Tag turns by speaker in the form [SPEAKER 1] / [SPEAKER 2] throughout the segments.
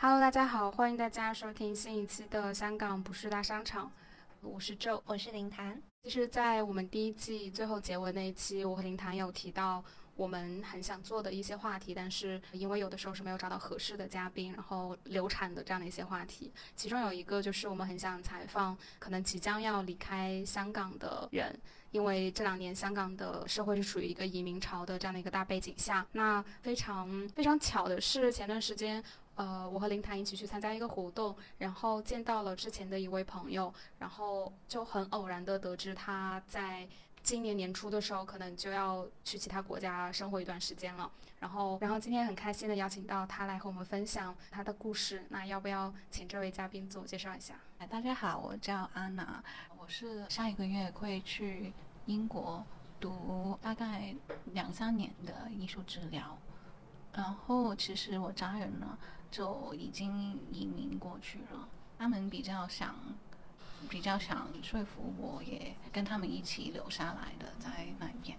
[SPEAKER 1] Hello，大家好，欢迎大家收听新一期的香港不是大商场，我是 Joe。
[SPEAKER 2] 我是林谭。
[SPEAKER 1] 其实，在我们第一季最后结尾那一期，我和林谭有提到我们很想做的一些话题，但是因为有的时候是没有找到合适的嘉宾，然后流产的这样的一些话题。其中有一个就是我们很想采访可能即将要离开香港的人，因为这2年香港的社会是处于一个移民潮的这样的一个大背景下。那非常非常巧的是，前段时间。我和林谭一起去参加一个活动，然后见到了之前的一位朋友，然后就很偶然的得知他在今年年初的时候可能就要去其他国家生活一段时间了。然后今天很开心的邀请到他来和我们分享他的故事。那要不要请这位嘉宾自我介绍一下？
[SPEAKER 3] 大家好，我叫安娜，我是下一个月会去英国读大概2-3年的艺术治疗。然后其实我家人呢就已经移民过去了，他们比较想说服我，也跟他们一起留下来的在那边。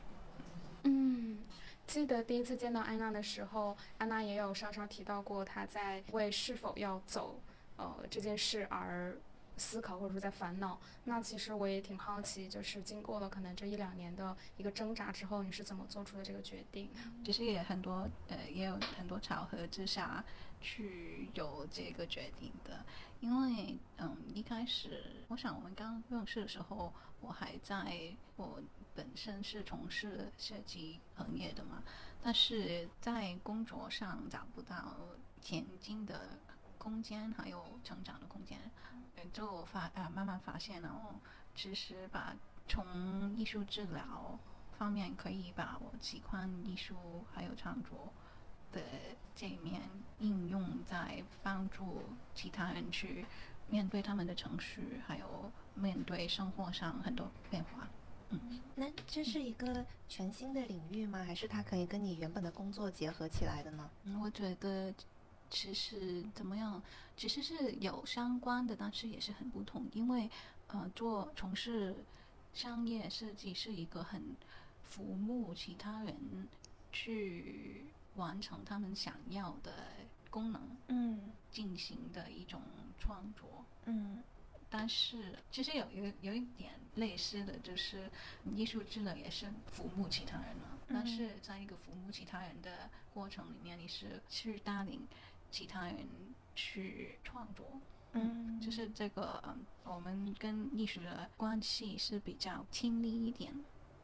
[SPEAKER 1] 记得第一次见到安娜的时候，安娜也有稍稍提到过她在为是否要走这件事而思考或者说在烦恼。那其实我也挺好奇，就是经过了可能这1-2年的一个挣扎之后，你是怎么做出的这个决定？
[SPEAKER 3] 其实也有很多巧合之下去有这个决定的。因为一开始我想我们刚认识的时候，我本身是从事设计行业的嘛，但是在工作上找不到前进的空间还有成长的空间，就慢慢发现了其实从艺术治疗方面可以把我喜欢艺术还有创作的这一面应用在帮助其他人去面对他们的情绪，还有面对生活上很多变化。
[SPEAKER 2] 那这是一个全新的领域吗？还是它可以跟你原本的工作结合起来的呢？
[SPEAKER 3] 我觉得其实怎么样，其实是有相关的，但是也是很不同。因为从事商业设计是一个很服务其他人去完成他们想要的功能，进行的一种创作。但是其实有一点类似的，就是艺术治疗也是服务其他人嘛，但是在一个服务其他人的过程里面，你是去带领其他人去创作。就是这个我们跟艺术的关系是比较亲密一点。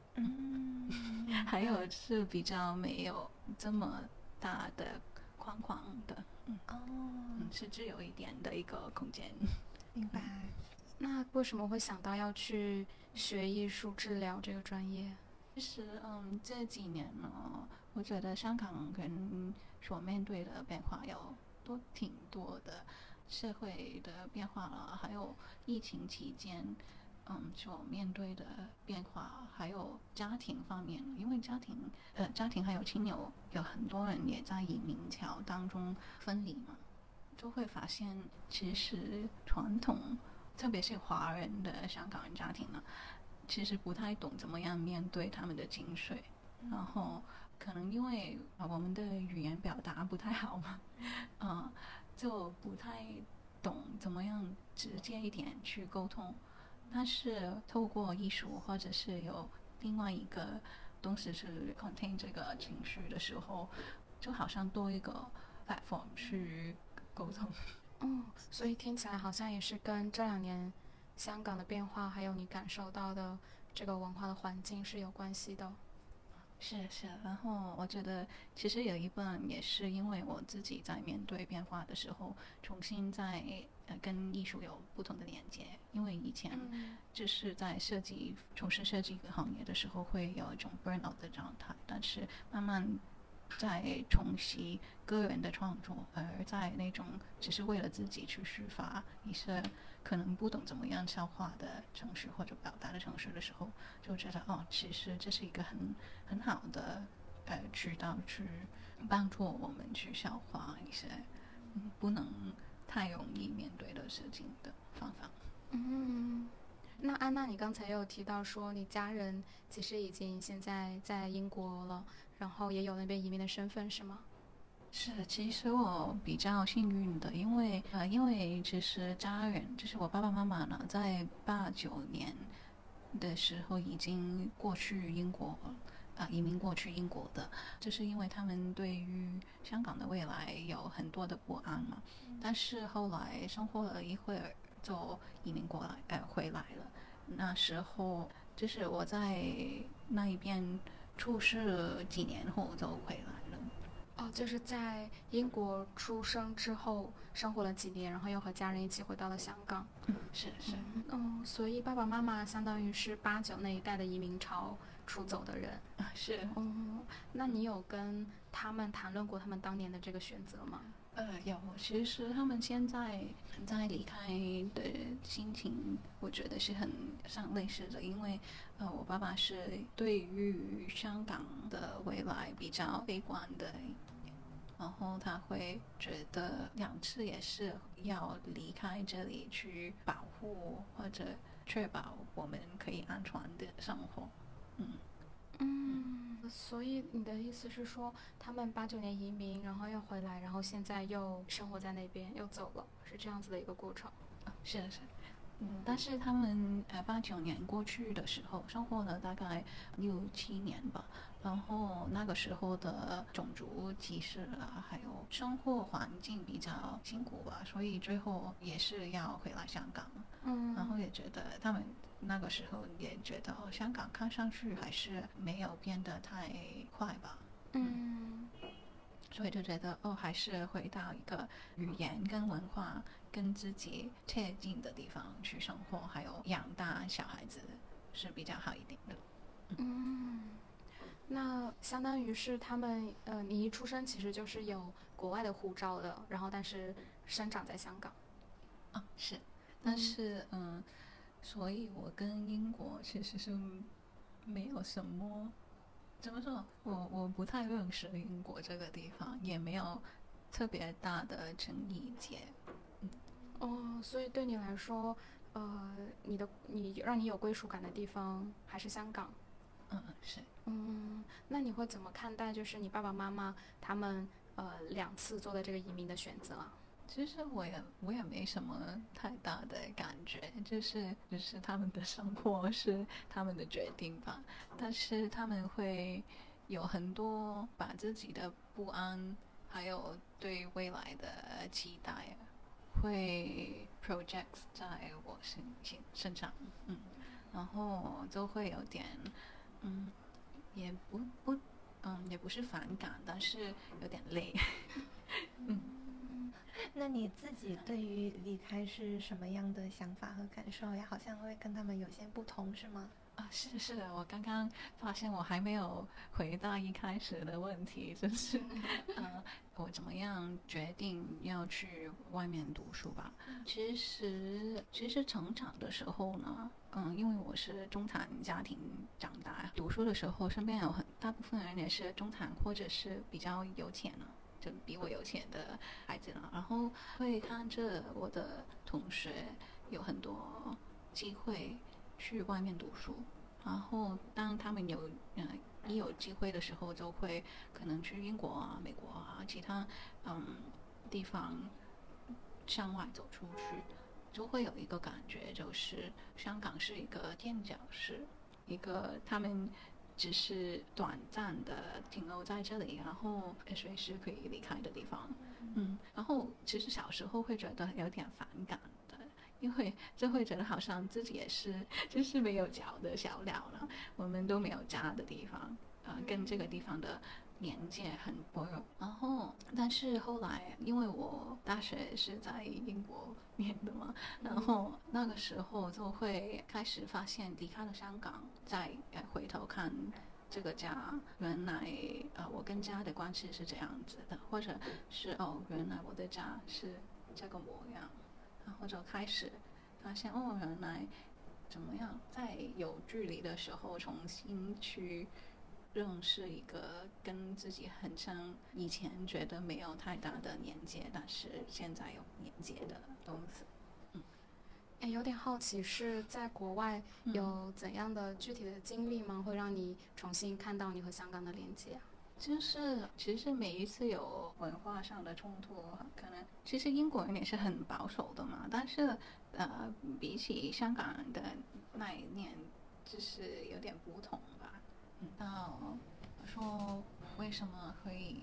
[SPEAKER 3] 还有是比较没有这么大的框框的。是自由一点的一个空间。
[SPEAKER 2] 明白。
[SPEAKER 1] 那为什么会想到要去学艺术治疗这个专业？
[SPEAKER 3] 其实这几年呢，我觉得香港人所面对的变化挺多的，社会的变化了，还有疫情期间所面对的变化，还有家庭方面，因为家庭还有亲友，有很多人也在移民潮当中分离嘛，就会发现其实传统特别是华人的香港人家庭呢，其实不太懂怎么样面对他们的情绪。然后可能因为我们的语言表达不太好嘛，就不太懂怎么样直接一点去沟通。但是透过艺术或者是有另外一个东西是 contain 这个情绪的时候，就好像多一个 platform 去沟通。
[SPEAKER 1] 所以听起来好像也是跟这2年香港的变化，还有你感受到的这个文化的环境是有关系的。
[SPEAKER 3] 是，然后我觉得其实有一部分也是因为我自己在面对变化的时候，重新在跟艺术有不同的连接。因为以前就是在从事设计行业的时候会有一种 burnout 的状态，但是慢慢在重拾个人的创作，而在那种只是为了自己去抒发一些可能不懂怎么样消化的程序或者表达的程序的时候，就觉得其实这是一个很好的渠道去帮助我们去消化一些不能太容易面对的事情的方法。
[SPEAKER 1] 那安娜，你刚才也有提到说你家人其实已经现在在英国了，然后也有那边移民的身份，是吗？
[SPEAKER 3] 是，其实我比较幸运的，因为其实家人，就是我爸爸妈妈呢，在89年的时候已经过去英国移民过去英国的，就是因为他们对于香港的未来有很多的不安嘛。但是后来生活了一会儿，就移民过来，回来了。那时候就是我在那一边出事几年后就回来了。
[SPEAKER 1] 哦，就是在英国出生之后，生活了几年，然后又和家人一起回到了香港。
[SPEAKER 3] 是是。
[SPEAKER 1] 所以爸爸妈妈相当于是89那一代的移民潮出走的人。
[SPEAKER 3] 是。
[SPEAKER 1] 那你有跟他们谈论过他们当年的这个选择吗？
[SPEAKER 3] 有。其实他们现在离开的心情，我觉得是很像类似的，因为我爸爸是对于香港的未来比较悲观的，然后他会觉得2次也是要离开这里去保护或者确保我们可以安全的生活。
[SPEAKER 1] 所以你的意思是说，他们89年移民，然后又回来，然后现在又生活在那边，又走了，是这样子的一个过程？
[SPEAKER 3] 是是。但是他们89年过去的时候，生活了大概6、7年吧。然后那个时候的种族歧视啊，还有生活环境比较辛苦吧，所以最后也是要回来香港。然后也觉得他们那个时候也觉得香港看上去还是没有变得太快吧。所以就觉得还是回到一个语言跟文化跟自己贴近的地方去生活，还有养大小孩子是比较好一点的。
[SPEAKER 1] 那相当于是他们你一出生其实就是有国外的护照的，然后但是生长在香港。
[SPEAKER 3] 是。但是所以我跟英国其实是没有什么，怎么说，我不太认识英国这个地方，也没有特别大的情谊结。
[SPEAKER 1] 所以对你来说，让你有归属感的地方还是香港。
[SPEAKER 3] 是。
[SPEAKER 1] 那你会怎么看待就是你爸爸妈妈他们2次做的这个移民的选择啊？
[SPEAKER 3] 其实我也没什么太大的感觉，就是他们的生活是他们的决定吧。但是他们会有很多把自己的不安还有对未来的期待会 project 在我身上。然后就会有点也不是反感，但是有点累。
[SPEAKER 2] 那你自己对于离开是什么样的想法和感受呀？好像会跟他们有些不同，是吗？
[SPEAKER 3] 是的，我刚刚发现我还没有回答一开始的问题，就是我怎么样决定要去外面读书吧。其实成长的时候呢，因为我是中产家庭长大，读书的时候身边有大部分人也是中产或者是比较有钱的，就比我有钱的孩子了，然后会看着我的同学有很多机会去外面读书，然后当他们一有机会的时候，就会可能去英国啊、美国啊、其他地方向外走出去，就会有一个感觉，就是香港是一个垫脚石，一个他们只是短暂的停留在这里，然后随时可以离开的地方。然后其实小时候会觉得有点反感的，因为就会觉得好像自己也是就是没有脚的小鸟了，我们都没有家的地方，跟这个地方的连接很薄弱。然后但是后来因为我大学是在英国念的嘛，然后那个时候就会开始发现离开了香港，再回头看这个家，原来我跟家的关系是这样子的，或者是原来我的家是这个模样，然后就开始发现原来怎么样在有距离的时候重新去认识一个跟自己很像，以前觉得没有太大的连接，但是现在有连接的东西。
[SPEAKER 1] 有点好奇，是在国外有怎样的具体的经历吗？会让你重新看到你和香港的连接？
[SPEAKER 3] 就是其实每一次有文化上的冲突，可能其实英国人也是很保守的嘛，但是比起香港人的那一面，就是有点不同吧。那说为什么会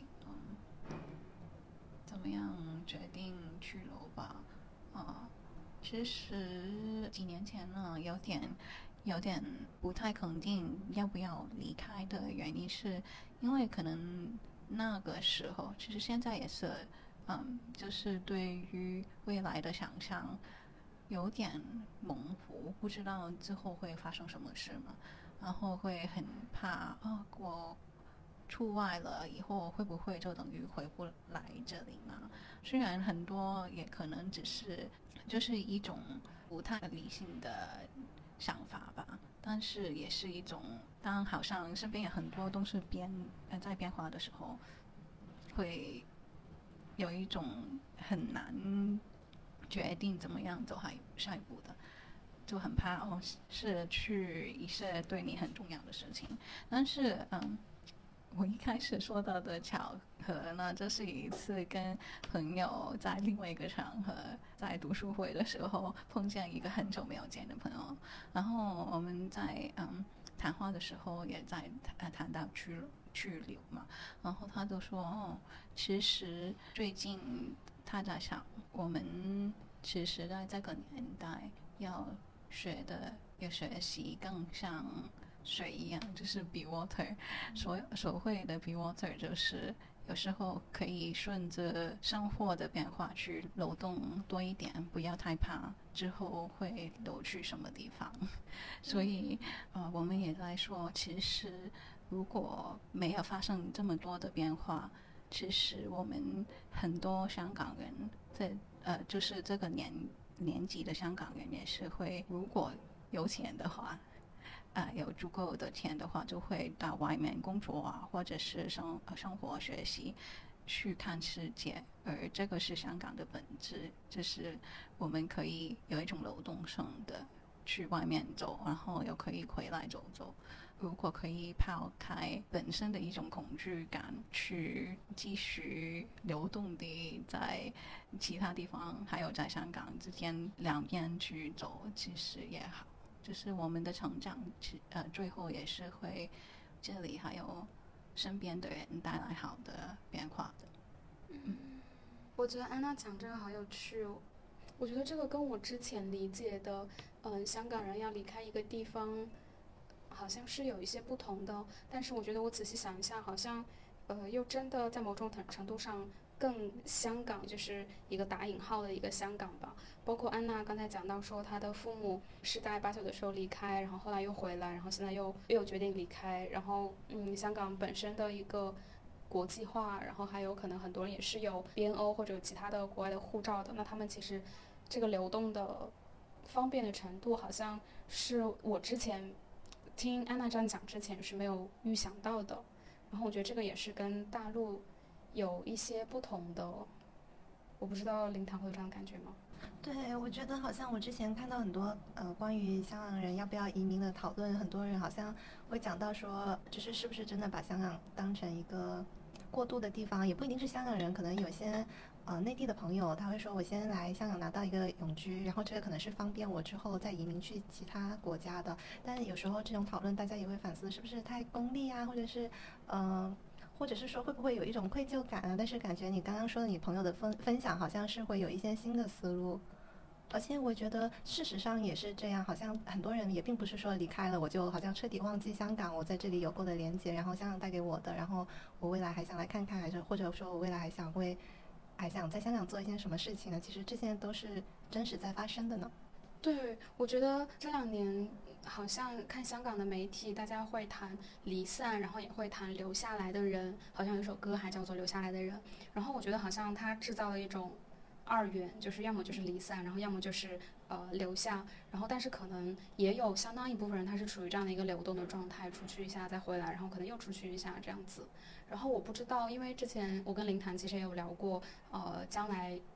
[SPEAKER 3] 怎么样决定去留吧？其实几年前呢，有点不太肯定要不要离开的原因是，因为可能那个时候，其实现在也是，就是对于未来的想象有点模糊，不知道之后会发生什么事嘛，然后会很怕我出外了以后会不会就等于回不来这里嘛？虽然很多也可能只是就是一种不太理性的想法吧，但是也是一种，当好像身边有很多都是在变化的时候，会有一种很难决定怎么样走下一步的，就很怕失去一些对你很重要的事情。但是我一开始说到的巧合呢，这是一次跟朋友在另外一个场合，在读书会的时候碰见一个很久没有见的朋友，然后我们在谈话的时候也在谈到去留嘛，然后他就说其实最近他在想，我们其实在这个年代要学习更像水一样，就是 be water。所谓的 be water 就是有时候可以顺着生活的变化去流动多一点，不要太怕之后会流去什么地方。所以我们也在说，其实如果没有发生这么多的变化，其实我们很多香港人就是这个年纪的香港人也是会，如果有钱的话。有足够的钱的话，就会到外面工作啊，或者是生活学习，去看世界。而这个是香港的本质，就是我们可以有一种流动性的去外面走，然后又可以回来走走。如果可以抛开本身的一种恐惧感，去继续流动地在其他地方，还有在香港之间两边去走，其实也好。就是我们的成长，最后也是会这里还有身边的人带来好的变化的。
[SPEAKER 1] 我觉得安娜讲这个好有趣哦。我觉得这个跟我之前理解的，香港人要离开一个地方，好像是有一些不同的。但是我觉得我仔细想一下，好像，又真的在某种程度上更香港，就是一个打引号的一个香港吧。包括安娜刚才讲到说，她的父母是在8、9的时候离开，然后后来又回来，然后现在又决定离开。然后，香港本身的一个国际化，然后还有可能很多人也是有BNO或者有其他的国外的护照的，那他们其实这个流动的方便的程度，好像是我之前听安娜这样讲之前是没有预想到的。然后我觉得这个也是跟大陆有一些不同的，我不知道灵堂会有这样的感觉吗？
[SPEAKER 2] 对，我觉得好像我之前看到很多关于香港人要不要移民的讨论，很多人好像会讲到说，就是是不是真的把香港当成一个过渡的地方，也不一定是香港人，可能有些内地的朋友他会说，我先来香港拿到一个永居，然后这个可能是方便我之后再移民去其他国家的。但有时候这种讨论，大家也会反思是不是太功利啊，或者是说会不会有一种愧疚感啊？但是感觉你刚刚说的你朋友的分享，好像是会有一些新的思路。而且我觉得事实上也是这样，好像很多人也并不是说离开了我就好像彻底忘记香港，我在这里有过的连接，然后香港带给我的，然后我未来还想来看看，或者说我未来还想在香港做一件什么事情呢？其实这些都是真实在发生的呢。
[SPEAKER 1] 对，我觉得这2年好像看香港的媒体，大家会谈离散，然后也会谈留下来的人，好像有一首歌还叫做《留下来的人》。然后我觉得好像它制造了一种二元，就是要么就是离散，然后要么就是留下。然后但是可能也有相当一部分人他是处于这样的一个流动的状态，出去一下再回来，然后可能又出去一下这样子。然后我不知道，因为之前我跟林谈其实也有聊过，将来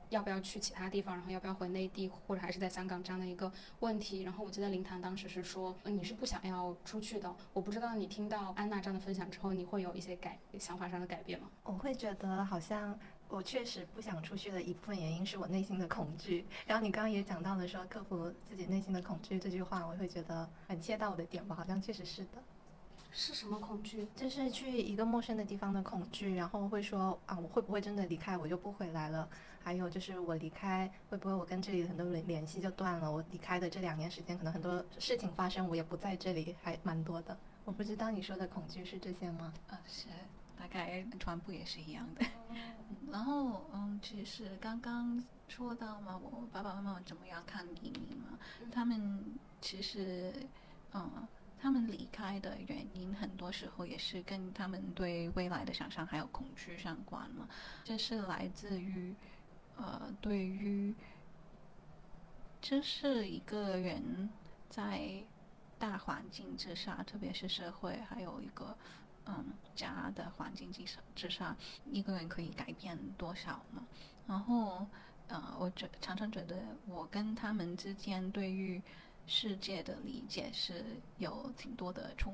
[SPEAKER 1] 要不要去其他地方，然后要不要回内地，或者还是在香港这样的一个问题。然后我记得林谈当时是说，你是不想要出去的。我不知道你听到安娜这样的分享之后，你会有一些想法上的改变吗？
[SPEAKER 2] 我会觉得好像我确实不想出去的一部分原因是我内心的恐惧。然后你刚刚也讲到了说克服自己内心的恐惧这句话，我会觉得很切到我的点吧，好像确实是的。
[SPEAKER 1] 是什么恐惧？
[SPEAKER 2] 就是去一个陌生的地方的恐惧，然后会说啊，我会不会真的离开，我就不回来了？还有就是我离开，会不会我跟这里很多联系就断了？我离开的这2年时间，可能很多事情发生，我也不在这里，还蛮多的。我不知道你说的恐惧是这些吗？
[SPEAKER 3] 是，大概全部也是一样的。然后其实刚刚说到嘛，我爸爸妈妈怎么样看移民嘛，他们其实他们离开的原因很多时候也是跟他们对未来的想象还有恐惧相关嘛。这是来自于对于就是一个人在大环境之下，特别是社会还有一个家的环境之下，一个人可以改变多少嘛。然后我常常觉得我跟他们之间对于世界的理解是有挺多的冲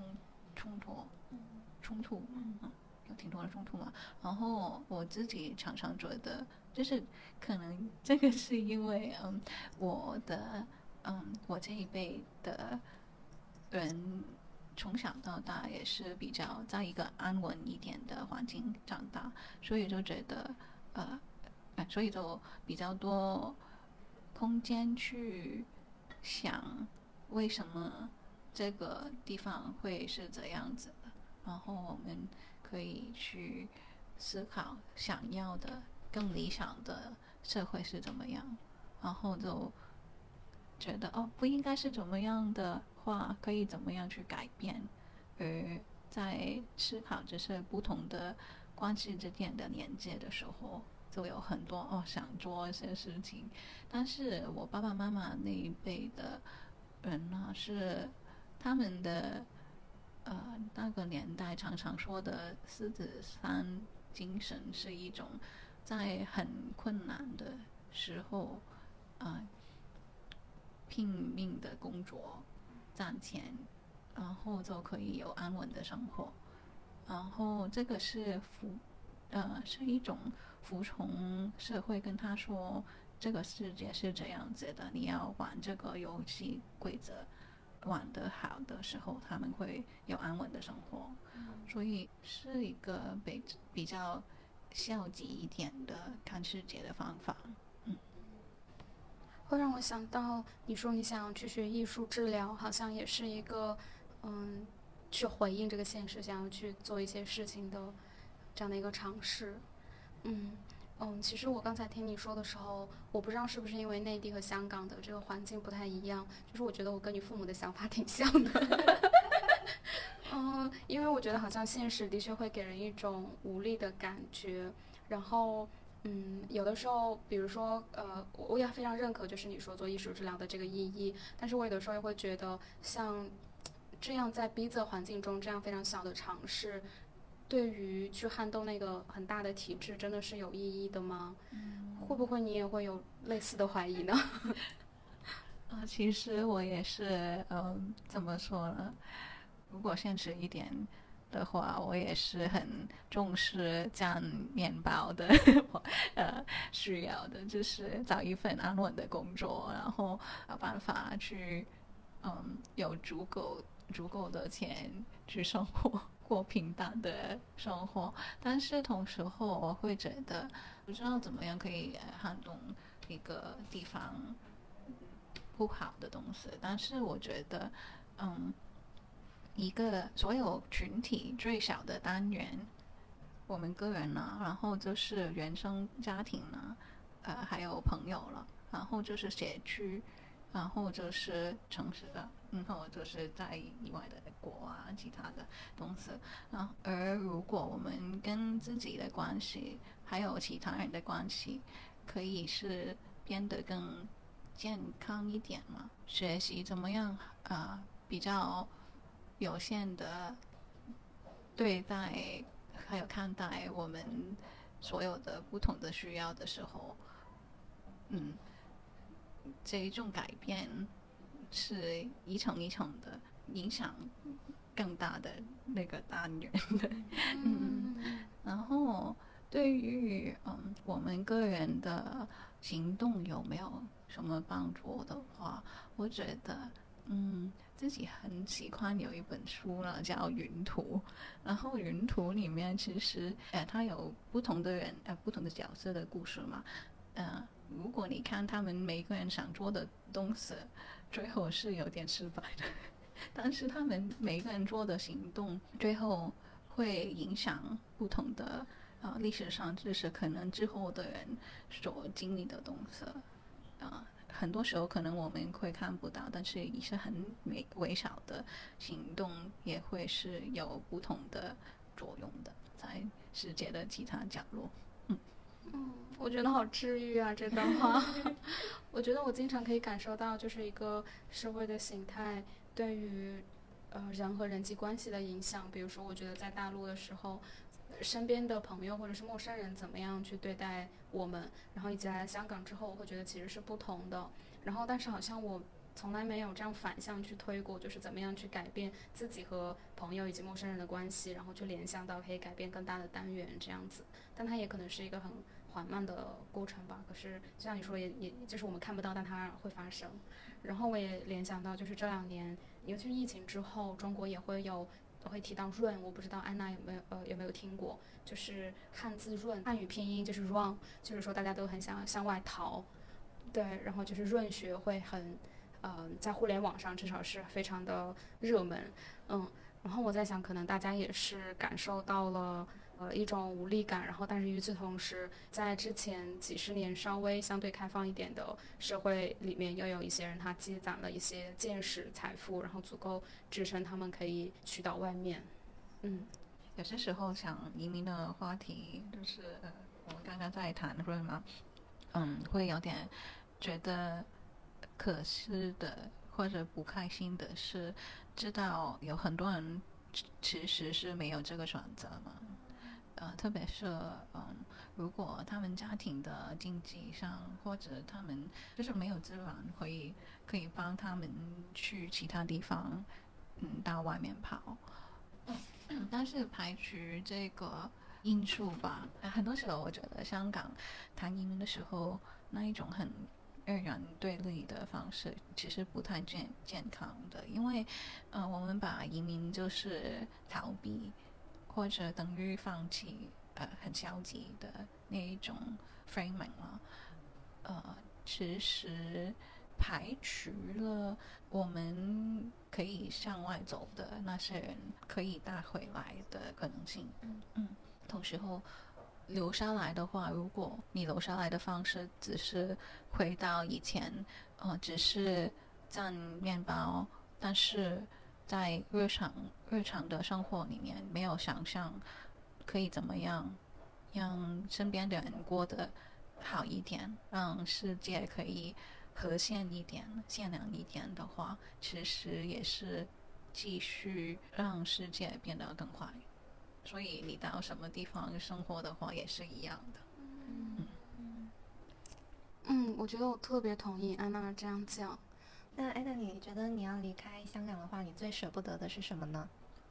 [SPEAKER 3] 突，有挺多的冲突嘛。然后我自己常常觉得，就是可能这个是因为我这一辈的人从小到大也是比较在一个安稳一点的环境长大，所以就觉得所以就比较多空间去想为什么这个地方会是这样子的，然后我们可以去思考想要的更理想的社会是怎么样，然后就觉得不应该是怎么样的话可以怎么样去改变，而在思考这些不同的关系之间的连接的时候，就有很多想做一些事情。但是我爸爸妈妈那一辈的人呢，是他们的那个年代常常说的狮子山精神，是一种在很困难的时候拼命的工作赚钱，然后就可以有安稳的生活。然后这个是是一种服从社会跟他说这个世界是这样子的，你要玩这个游戏规则玩得好的时候，他们会有安稳的生活。所以是一个比较消极一点的看世界的方法。
[SPEAKER 1] 会让我想到你说你想去学艺术治疗，好像也是一个去回应这个现实，想要去做一些事情的这样的一个尝试。其实我刚才听你说的时候，我不知道是不是因为内地和香港的这个环境不太一样，就是我觉得我跟你父母的想法挺像的。因为我觉得好像现实的确会给人一种无力的感觉，然后有的时候，比如说我也非常认可就是你说做艺术治疗的这个意义，但是我有的时候也会觉得像这样在逼仄环境中这样非常小的尝试，对于去撼动那个很大的体制真的是有意义的吗？会不会你也会有类似的怀疑呢？
[SPEAKER 3] 其实我也是怎么说呢，如果现实一点的话，我也是很重视赚面包的需要的，就是找一份安稳的工作，然后有办法去有足够的钱去生活，过平淡的生活。但是同时候我会觉得不知道怎么样可以撼动一个地方不好的东西，但是我觉得一个所有群体最小的单元，我们个人呢，然后就是原生家庭呢，还有朋友了，然后就是社区，然后就是城市的，然后就是在以外的国啊，其他的东西。而如果我们跟自己的关系，还有其他人的关系，可以是变得更健康一点嘛，学习怎么样比较有限的对待还有看待我们所有的不同的需要的时候， 这一种改变是一层一层的影响更大的那个单元的。然后对于我们个人的行动有没有什么帮助的话，我觉得自己很喜欢有一本书呢，叫《云图》。然后《云图》里面其实它有不同的人不同的角色的故事嘛。如果你看他们每个人想做的东西，最后是有点失败的，但是他们每个人做的行动，最后会影响不同的历史上就是可能之后的人所经历的东西。很多时候可能我们会看不到，但是一些很微小的行动也会是有不同的作用的，在世界的其他角落。
[SPEAKER 1] 我觉得好治愈啊，这段话。我觉得我经常可以感受到，就是一个社会的形态对于人和人际关系的影响。比如说，我觉得在大陆的时候，身边的朋友或者是陌生人怎么样去对待我们，然后以及来了香港之后，我会觉得其实是不同的。然后，但是好像我从来没有这样反向去推过，就是怎么样去改变自己和朋友以及陌生人的关系，然后去联想到可以改变更大的单元这样子。但它也可能是一个很缓慢的过程吧。可是就像你说，也就是我们看不到，但它会发生。然后我也联想到，就是这2年，尤其是疫情之后，中国也会提到润，我不知道安娜有没有听过，就是汉字润，汉语拼音就是 run， 就是说大家都很想向外逃，对，然后就是润学会很，在互联网上至少是非常的热门，然后我在想，可能大家也是感受到了一种无力感，然后但是与此同时，在之前几十年稍微相对开放一点的社会里面，又有一些人他积攒了一些见识、财富，然后足够支撑他们可以去到外面。
[SPEAKER 3] 有些时候想移民的话题，就是我们刚刚在谈论嘛，会有点觉得可惜的或者不开心的是，知道有很多人其实是没有这个选择嘛。特别是如果他们家庭的经济上，或者他们就是没有资源可以帮他们去其他地方，到外面跑。但是排除这个因素吧，很多时候我觉得香港谈移民的时候，那一种很二元对立的方式其实不太健康的，因为我们把移民就是逃避或者等于放弃很消极的那一种 framing 了。其实排除了我们可以向外走的那些人可以带回来的可能性。同时候留下来的话，如果你留下来的方式只是回到以前，只是蘸面包，但是在日常的生活里面没有想象可以怎么样让身边的人过得好一点，让世界可以和谐一点、善良一点的话，其实也是继续让世界变得更坏。所以你到什么地方生活的话，也是一样的。
[SPEAKER 1] 我觉得我特别同意安娜这样讲。
[SPEAKER 2] 那艾娜，你觉得你要离开香港的话，你最舍不得的是什么呢？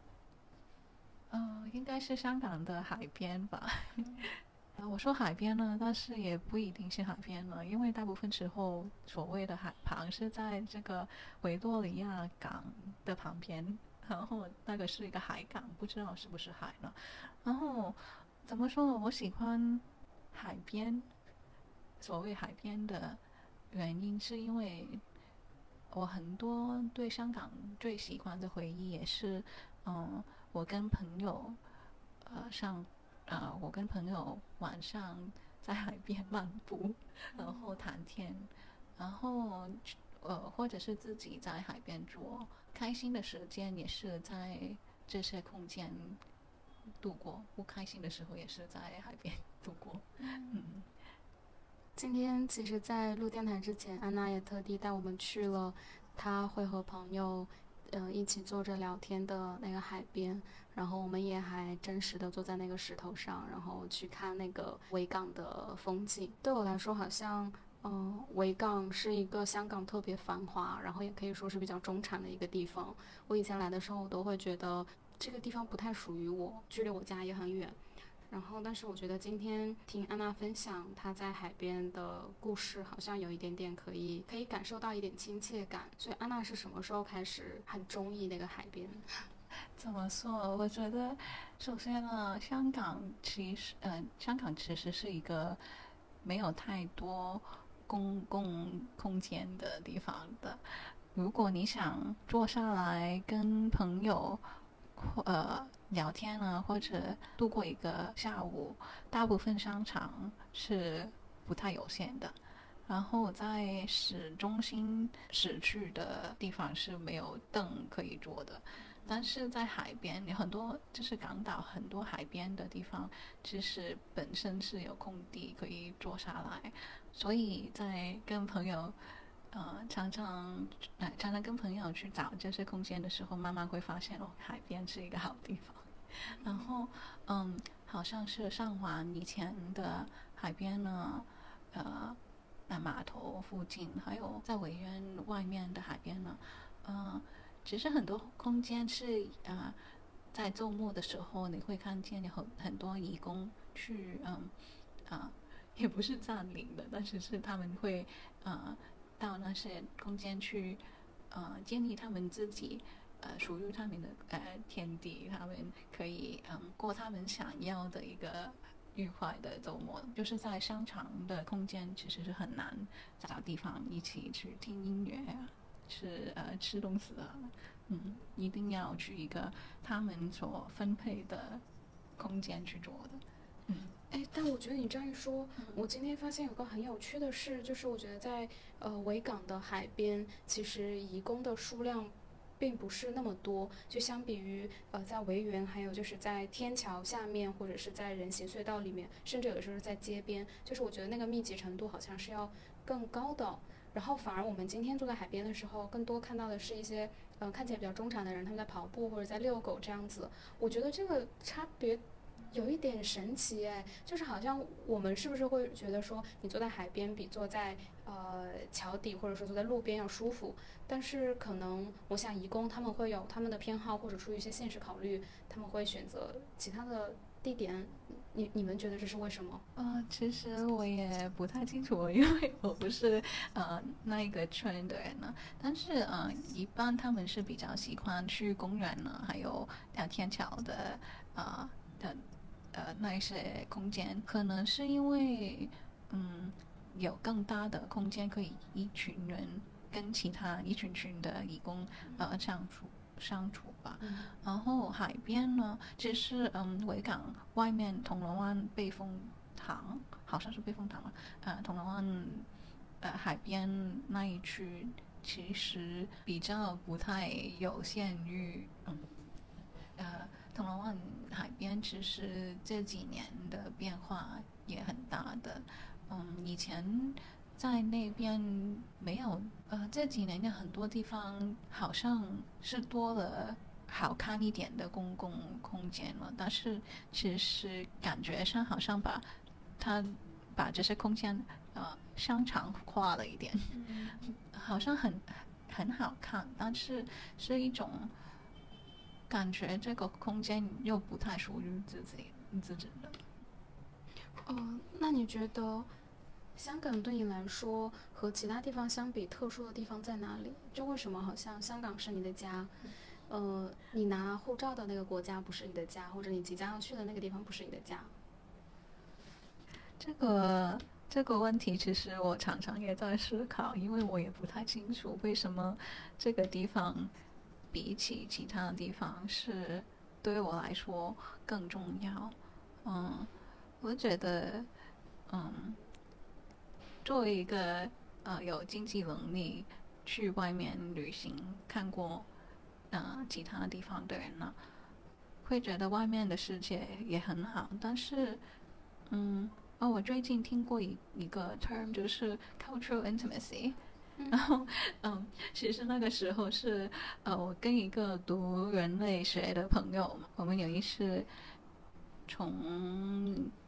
[SPEAKER 3] 应该是香港的海边吧。我说海边呢，但是也不一定是海边了，因为大部分时候所谓的海旁是在这个维多利亚港的旁边，然后那个是一个海港，不知道是不是海呢。然后怎么说呢？我喜欢海边，所谓海边的原因是因为我很多对香港最喜欢的回忆也是，我跟朋友我跟朋友晚上在海边漫步，然后谈天，然后或者是自己在海边做，开心的时间也是在这些空间度过，不开心的时候也是在海边度过。
[SPEAKER 1] 今天其实在录电台之前，安娜也特地带我们去了她会和朋友一起坐着聊天的那个海边，然后我们也还真实的坐在那个石头上，然后去看那个维港的风景。对我来说好像维港是一个香港特别繁华，然后也可以说是比较中产的一个地方。我以前来的时候，我都会觉得这个地方不太属于我，距离我家也很远。然后，但是我觉得今天听安娜分享她在海边的故事，好像有一点点可以感受到一点亲切感。所以，安娜是什么时候开始很中意那个海边？
[SPEAKER 3] 怎么说？我觉得，首先呢，香港其实是一个没有太多公共空间的地方的。如果你想坐下来跟朋友聊天呢，或者度过一个下午，大部分商场是不太有限的。然后在市中心市区的地方是没有凳可以坐的，但是在海边有很多，就是港岛很多海边的地方，其实本身是有空地可以坐下来，所以在跟朋友常常跟朋友去找这些空间的时候，慢慢会发现海边是一个好地方。然后好像是上环以前的海边呢，码头附近，还有在维园外面的海边呢，其实很多空间是在周末的时候你会看见有很多义工去也不是占领的，但是他们会到那些空间去建立他们自己属于他们的天地，他们可以过他们想要的一个愉快的周末。就是在商场的空间其实是很难找地方一起去听音乐吃东西的，一定要去一个他们所分配的空间去做的。
[SPEAKER 1] 但我觉得你这样一说，我今天发现有个很有趣的事，就是我觉得在维港的海边，其实移工的数量并不是那么多，就相比于在维园，还有就是在天桥下面，或者是在人行隧道里面，甚至有的时候在街边，就是我觉得那个密集程度好像是要更高的。然后反而我们今天坐在海边的时候，更多看到的是一些看起来比较中产的人，他们在跑步或者在遛狗这样子。我觉得这个差别有一点神奇哎，就是好像我们是不是会觉得说，你坐在海边比坐在桥底或者说坐在路边要舒服？但是可能我想移工他们会有他们的偏好，或者出于一些现实考虑，他们会选择其他的地点。你们觉得这是为什么？
[SPEAKER 3] 其实我也不太清楚，因为我不是那一个圈的人呢。但是一般他们是比较喜欢去公园呢，还有天桥的那一些空间，可能是因为有更大的空间可以一群人跟其他一群的义工相处吧。然后海边呢，其实维港外面铜锣湾避风塘，好像是避风塘吧，铜锣湾海边那一区其实比较不太有限于铜锣湾海边其实这几年的变化也很大的。以前在那边没有，这几年有很多地方好像是多了好看一点的公共空间了，但是其实感觉上好像把这些空间商场化了一点，好像很好看，但是是一种感觉这个空间又不太属于自己的。
[SPEAKER 1] 那你觉得香港对你来说和其他地方相比特殊的地方在哪里？就为什么好像香港是你的家，你拿护照的那个国家不是你的家，或者你即将要去的那个地方不是你的家？
[SPEAKER 3] 这个问题其实我常常也在思考，因为我也不太清楚为什么这个地方比起其他的地方是对我来说更重要。我觉得作为一个有经济能力去外面旅行看过其他地方的人呢，会觉得外面的世界也很好。但是我最近听过一个 term 就是 cultural intimacy，然后其实那个时候是我跟一个读人类学的朋友，我们有一次从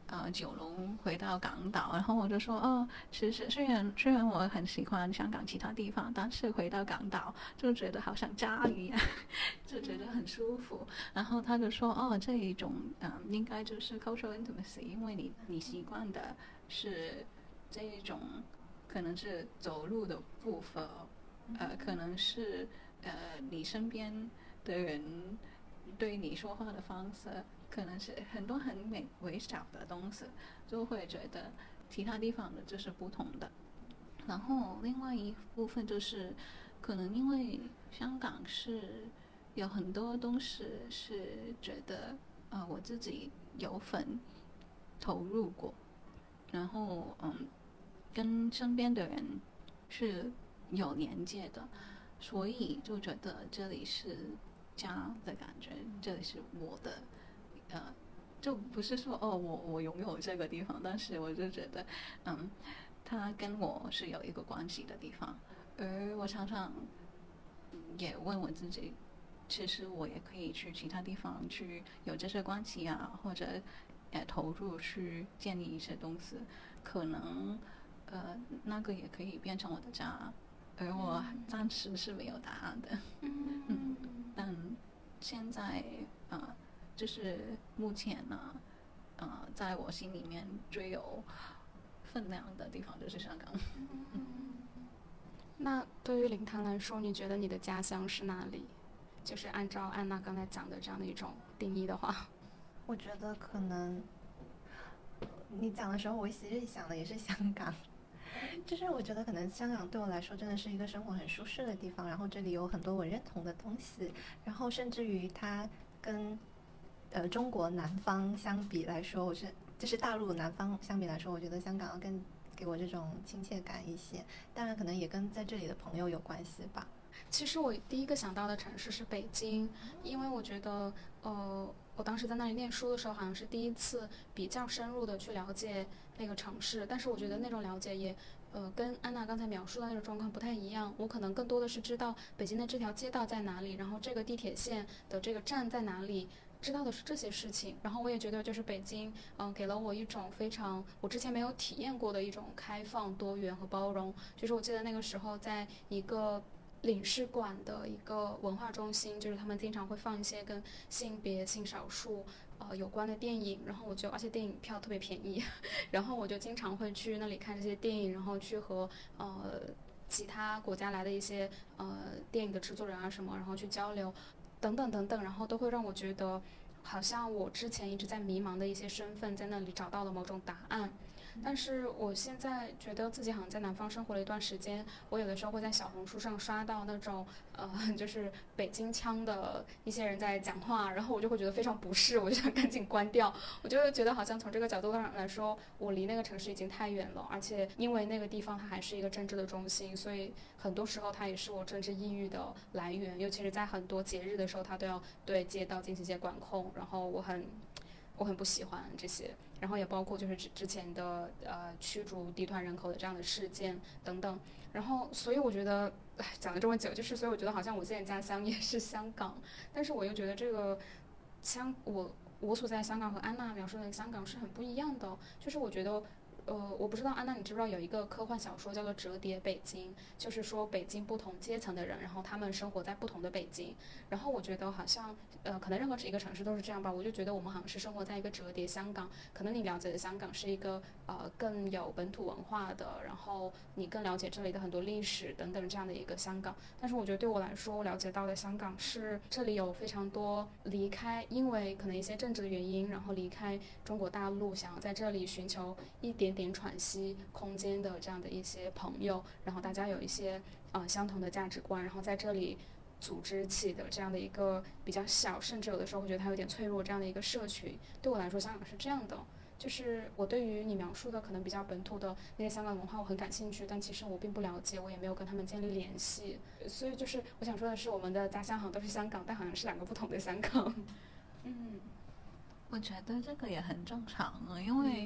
[SPEAKER 3] 九龙回到港岛，然后我就说其实虽然我很喜欢香港其他地方，但是回到港岛就觉得好像家一样，就觉得很舒服。然后他就说这一种应该就是 cultural intimacy， 因为你习惯的是这一种可能是走路的步伐，可能是你身边的人对你说话的方式，可能是很多很微小的东西，就会觉得其他地方的就是不同的。然后另外一部分就是可能因为香港是有很多东西是觉得我自己有份投入过，然后跟身边的人是有连接的，所以就觉得这里是家的感觉，这里是我的就不是说我拥有这个地方，但是我就觉得它跟我是有一个关系的地方。而我常常也问我自己，其实我也可以去其他地方去有这些关系啊，或者投入去建立一些东西，可能那个也可以变成我的家，而我暂时是没有答案的。但现在就是目前呢在我心里面最有分量的地方就是香港。
[SPEAKER 1] 那对于灵堂来说，你觉得你的家乡是哪里？就是按照安娜刚才讲的这样的一种定义的话，
[SPEAKER 2] 我觉得可能你讲的时候，我其实想的也是香港。就是我觉得可能香港对我来说真的是一个生活很舒适的地方，然后这里有很多我认同的东西，然后甚至于它跟中国南方相比来说，就是大陆南方相比来说，我觉得香港要更给我这种亲切感一些，当然可能也跟在这里的朋友有关系吧。
[SPEAKER 1] 其实我第一个想到的城市是北京，因为我觉得我当时在那里念书的时候，好像是第一次比较深入的去了解那个城市，但是我觉得那种了解也跟安娜刚才描述的那种状况不太一样。我可能更多的是知道北京的这条街道在哪里，然后这个地铁线的这个站在哪里，知道的是这些事情。然后我也觉得就是北京给了我一种非常我之前没有体验过的一种开放、多元和包容。就是我记得那个时候在一个领事馆的一个文化中心，就是他们经常会放一些跟性别、性少数有关的电影，然后而且电影票特别便宜，然后我就经常会去那里看这些电影，然后去和其他国家来的一些电影的制作人啊什么，然后去交流，等等等等，然后都会让我觉得好像我之前一直在迷茫的一些身份在那里找到了某种答案。但是我现在觉得自己好像在南方生活了一段时间，我有的时候会在小红书上刷到那种就是北京腔的一些人在讲话，然后我就会觉得非常不适，我就想赶紧关掉。我就会觉得好像从这个角度上来说，我离那个城市已经太远了，而且因为那个地方它还是一个政治的中心，所以很多时候它也是我政治抑郁的来源，尤其是在很多节日的时候，它都要对街道进行一些管控，然后我很不喜欢这些，然后也包括就是之前的驱逐低端人口的这样的事件等等，然后所以我觉得讲了这么久，就是所以我觉得好像我现在家乡也是香港，但是我又觉得这个我所在的香港和安娜描述的香港是很不一样的，就是我觉得。我不知道安娜，你知不知道有一个科幻小说叫做《折叠北京》，就是说北京不同阶层的人，然后他们生活在不同的北京。然后我觉得好像可能任何一个城市都是这样吧。我就觉得我们好像是生活在一个折叠香港。可能你了解的香港是一个更有本土文化的，然后你更了解这里的很多历史等等这样的一个香港。但是我觉得对我来说，我了解到的香港是这里有非常多离开，因为可能一些政治的原因，然后离开中国大陆，想要在这里寻求一点点喘息空间的这样的一些朋友，然后大家有一些相同的价值观，然后在这里组织起的这样的一个比较小，甚至有的时候会觉得它有点脆弱这样的一个社群。对我来说，香港是这样的。就是我对于你描述的可能比较本土的那些香港文化我很感兴趣，但其实我并不了解，我也没有跟他们建立联系。所以就是我想说的是，我们的家乡好像都是香港，但好像是两个不同的香港。
[SPEAKER 3] 我觉得这个也很正常啊，因为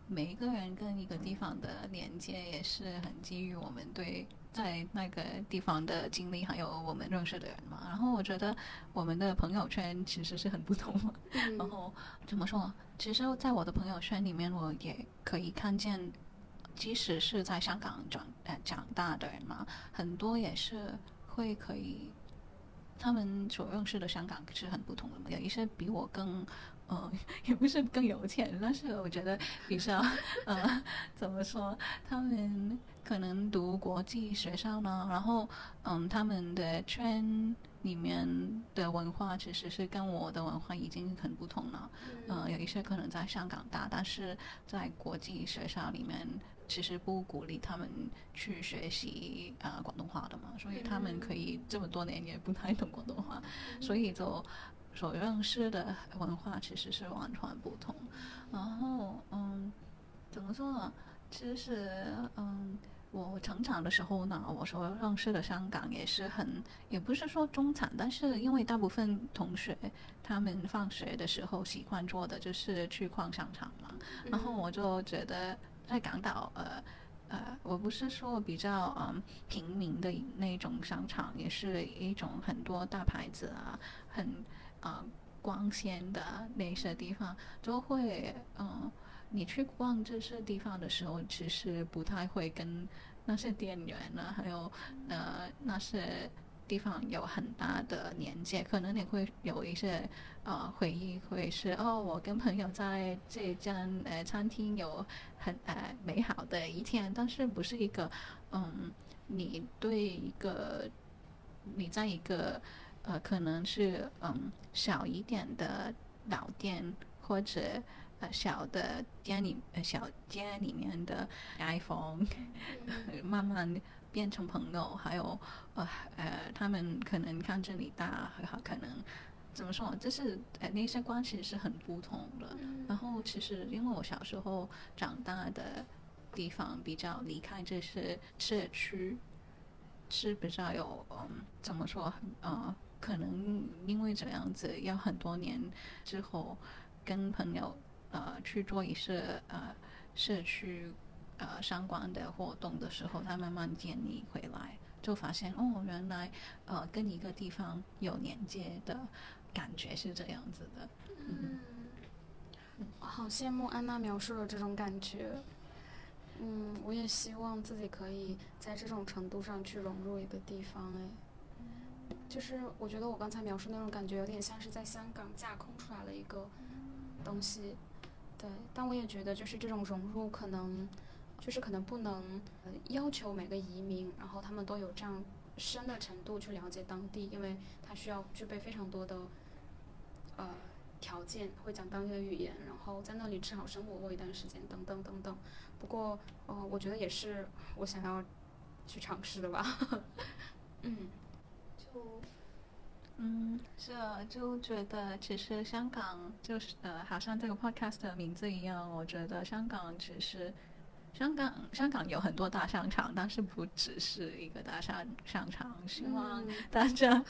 [SPEAKER 3] 每一个人跟一个地方的连接也是很基于我们对在那个地方的经历，还有我们认识的人嘛。然后我觉得我们的朋友圈其实是很不同嘛。然后怎么说？其实在我的朋友圈里面，我也可以看见，即使是在香港长大的人嘛，很多也是可以，他们所认识的香港是很不同的嘛。有一些比我更也不是更有钱，但是我觉得比较怎么说，他们可能读国际学校呢，然后他们的圈里面的文化其实是跟我的文化已经很不同了。有一些可能在香港大，但是在国际学校里面其实不鼓励他们去学习广东话的嘛，所以他们可以这么多年也不太懂广东话，所以就所认识的文化其实是完全不同。然后怎么说呢？其实我成长的时候呢，我所认识的香港也是也不是说中产，但是因为大部分同学他们放学的时候习惯做的就是去逛商场嘛，然后我就觉得在港岛我不是说比较平民的那种商场，也是一种很多大牌子很光鲜的那些地方，就会你去逛这些地方的时候，其实不太会跟那些店员呢，还有那些地方有很大的连接，可能你会有一些回忆，会是我跟朋友在这家餐厅有很美好的一天，但是不是一个你对一个你在一个可能是小一点的老店或者小街里面的 iPhone 慢慢变成朋友，还有他们可能看着你大，可能怎么说，就是那些关系是很不同的。然后其实因为我小时候长大的地方比较离开这些社区，是比较有怎么说可能因为这样子要很多年之后跟朋友去做一些社区相关的活动的时候，他慢慢建立回来，就发现原来跟一个地方有连接的感觉是这样子的。
[SPEAKER 1] 好羡慕安娜描述的这种感觉。我也希望自己可以在这种程度上去融入一个地方。就是我觉得我刚才描述那种感觉有点像是在香港架空出来了一个东西，对，但我也觉得就是这种融入可能不能要求每个移民然后他们都有这样深的程度去了解当地，因为他需要具备非常多的条件，会讲当地的语言，然后在那里至少生活过一段时间等等等等。不过我觉得也是我想要去尝试的吧。
[SPEAKER 3] 是啊，就觉得其实香港就是好像这个 podcast 的名字一样，我觉得香港其实香港有很多大商场，但是不只是一个大商场。希望大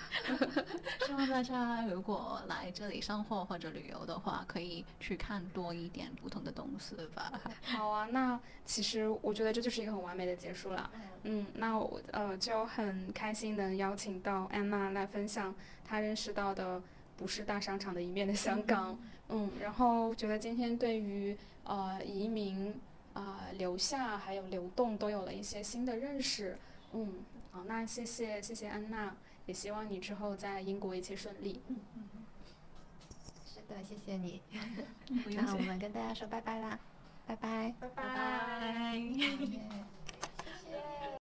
[SPEAKER 3] 家如果来这里生活或者旅游的话，可以去看多一点不同的东西吧。
[SPEAKER 1] 好啊，那其实我觉得这就是一个很完美的结束了。那我就很开心能邀请到安娜来分享她认识到的不是大商场的一面的香港。然后觉得今天对于移民留下还有流动都有了一些新的认识。好，那谢谢安娜，也希望你之后在英国一切顺利。
[SPEAKER 2] 是的，谢谢你。那我们跟大家说拜拜啦，拜拜，
[SPEAKER 1] 拜拜。